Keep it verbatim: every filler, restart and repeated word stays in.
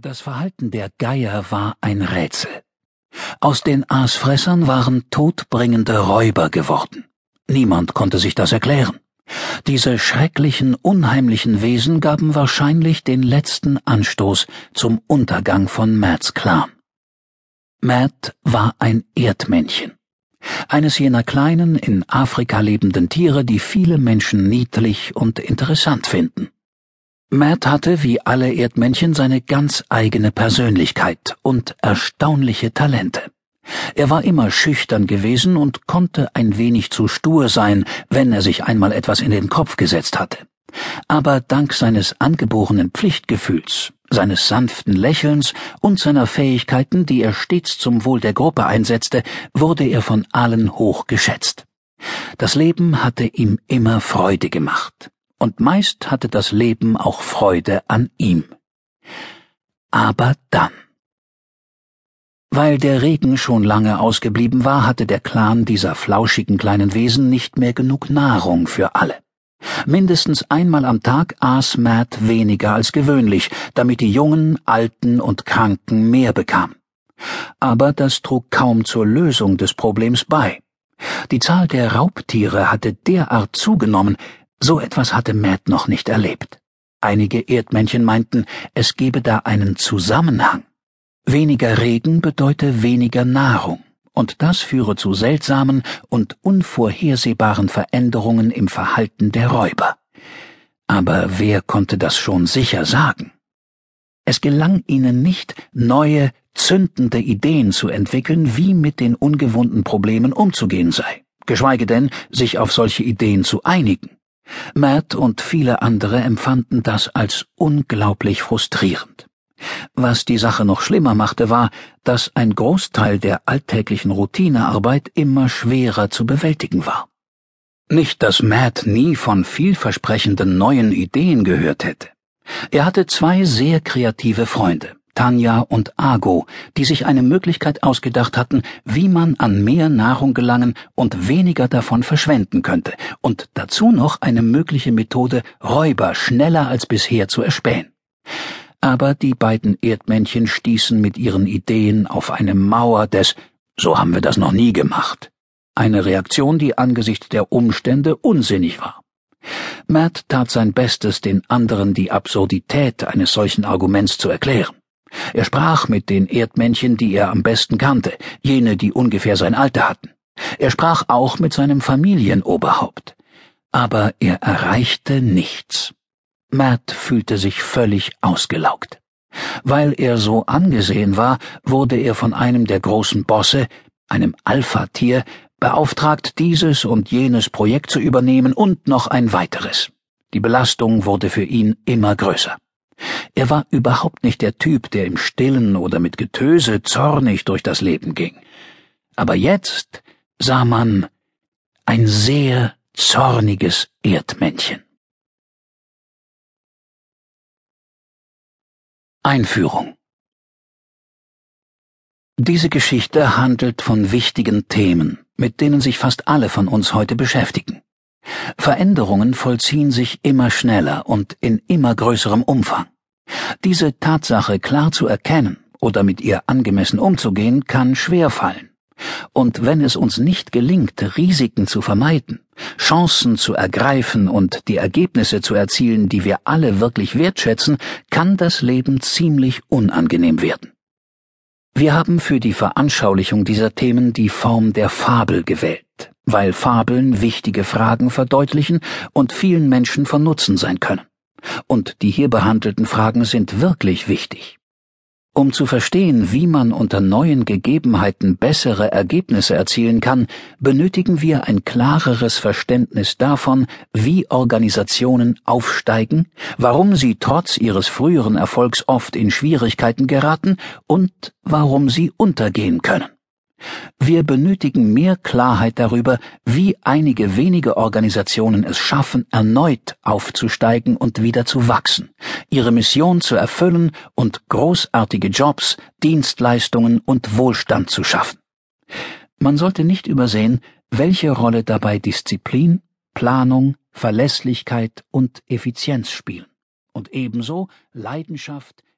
Das Verhalten der Geier war ein Rätsel. Aus den Aasfressern waren todbringende Räuber geworden. Niemand konnte sich das erklären. Diese schrecklichen, unheimlichen Wesen gaben wahrscheinlich den letzten Anstoß zum Untergang von Matts Clan. Matt war ein Erdmännchen. Eines jener kleinen, in Afrika lebenden Tiere, die viele Menschen niedlich und interessant finden. Matt hatte wie alle Erdmännchen seine ganz eigene Persönlichkeit und erstaunliche Talente. Er war immer schüchtern gewesen und konnte ein wenig zu stur sein, wenn er sich einmal etwas in den Kopf gesetzt hatte. Aber dank seines angeborenen Pflichtgefühls, seines sanften Lächelns und seiner Fähigkeiten, die er stets zum Wohl der Gruppe einsetzte, wurde er von allen hoch geschätzt. Das Leben hatte ihm immer Freude gemacht. Und meist hatte das Leben auch Freude an ihm. Aber dann. Weil der Regen schon lange ausgeblieben war, hatte der Clan dieser flauschigen kleinen Wesen nicht mehr genug Nahrung für alle. Mindestens einmal am Tag aß Matt weniger als gewöhnlich, damit die Jungen, Alten und Kranken mehr bekamen. Aber das trug kaum zur Lösung des Problems bei. Die Zahl der Raubtiere hatte derart zugenommen, so etwas hatte Matt noch nicht erlebt. Einige Erdmännchen meinten, es gebe da einen Zusammenhang. Weniger Regen bedeute weniger Nahrung, und das führe zu seltsamen und unvorhersehbaren Veränderungen im Verhalten der Räuber. Aber wer konnte das schon sicher sagen? Es gelang ihnen nicht, neue, zündende Ideen zu entwickeln, wie mit den ungewohnten Problemen umzugehen sei, geschweige denn, sich auf solche Ideen zu einigen. Matt und viele andere empfanden das als unglaublich frustrierend. Was die Sache noch schlimmer machte, war, dass ein Großteil der alltäglichen Routinearbeit immer schwerer zu bewältigen war. Nicht, dass Matt nie von vielversprechenden neuen Ideen gehört hätte. Er hatte zwei sehr kreative Freunde, Tanja und Ago, die sich eine Möglichkeit ausgedacht hatten, wie man an mehr Nahrung gelangen und weniger davon verschwenden könnte, und dazu noch eine mögliche Methode, Räuber schneller als bisher zu erspähen. Aber die beiden Erdmännchen stießen mit ihren Ideen auf eine Mauer des »So haben wir das noch nie gemacht«, eine Reaktion, die angesichts der Umstände unsinnig war. Matt tat sein Bestes, den anderen die Absurdität eines solchen Arguments zu erklären. Er sprach mit den Erdmännchen, die er am besten kannte, jene, die ungefähr sein Alter hatten. Er sprach auch mit seinem Familienoberhaupt. Aber er erreichte nichts. Matt fühlte sich völlig ausgelaugt. Weil er so angesehen war, wurde er von einem der großen Bosse, einem Alpha-Tier, beauftragt, dieses und jenes Projekt zu übernehmen und noch ein weiteres. Die Belastung wurde für ihn immer größer. Er war überhaupt nicht der Typ, der im Stillen oder mit Getöse zornig durch das Leben ging. Aber jetzt sah man ein sehr zorniges Erdmännchen. Einführung. Diese Geschichte handelt von wichtigen Themen, mit denen sich fast alle von uns heute beschäftigen. Veränderungen vollziehen sich immer schneller und in immer größerem Umfang. Diese Tatsache klar zu erkennen oder mit ihr angemessen umzugehen, kann schwerfallen. Und wenn es uns nicht gelingt, Risiken zu vermeiden, Chancen zu ergreifen und die Ergebnisse zu erzielen, die wir alle wirklich wertschätzen, kann das Leben ziemlich unangenehm werden. Wir haben für die Veranschaulichung dieser Themen die Form der Fabel gewählt, weil Fabeln wichtige Fragen verdeutlichen und vielen Menschen von Nutzen sein können. Und die hier behandelten Fragen sind wirklich wichtig. Um zu verstehen, wie man unter neuen Gegebenheiten bessere Ergebnisse erzielen kann, benötigen wir ein klareres Verständnis davon, wie Organisationen aufsteigen, warum sie trotz ihres früheren Erfolgs oft in Schwierigkeiten geraten und warum sie untergehen können. Wir benötigen mehr Klarheit darüber, wie einige wenige Organisationen es schaffen, erneut aufzusteigen und wieder zu wachsen, ihre Mission zu erfüllen und großartige Jobs, Dienstleistungen und Wohlstand zu schaffen. Man sollte nicht übersehen, welche Rolle dabei Disziplin, Planung, Verlässlichkeit und Effizienz spielen und ebenso Leidenschaft,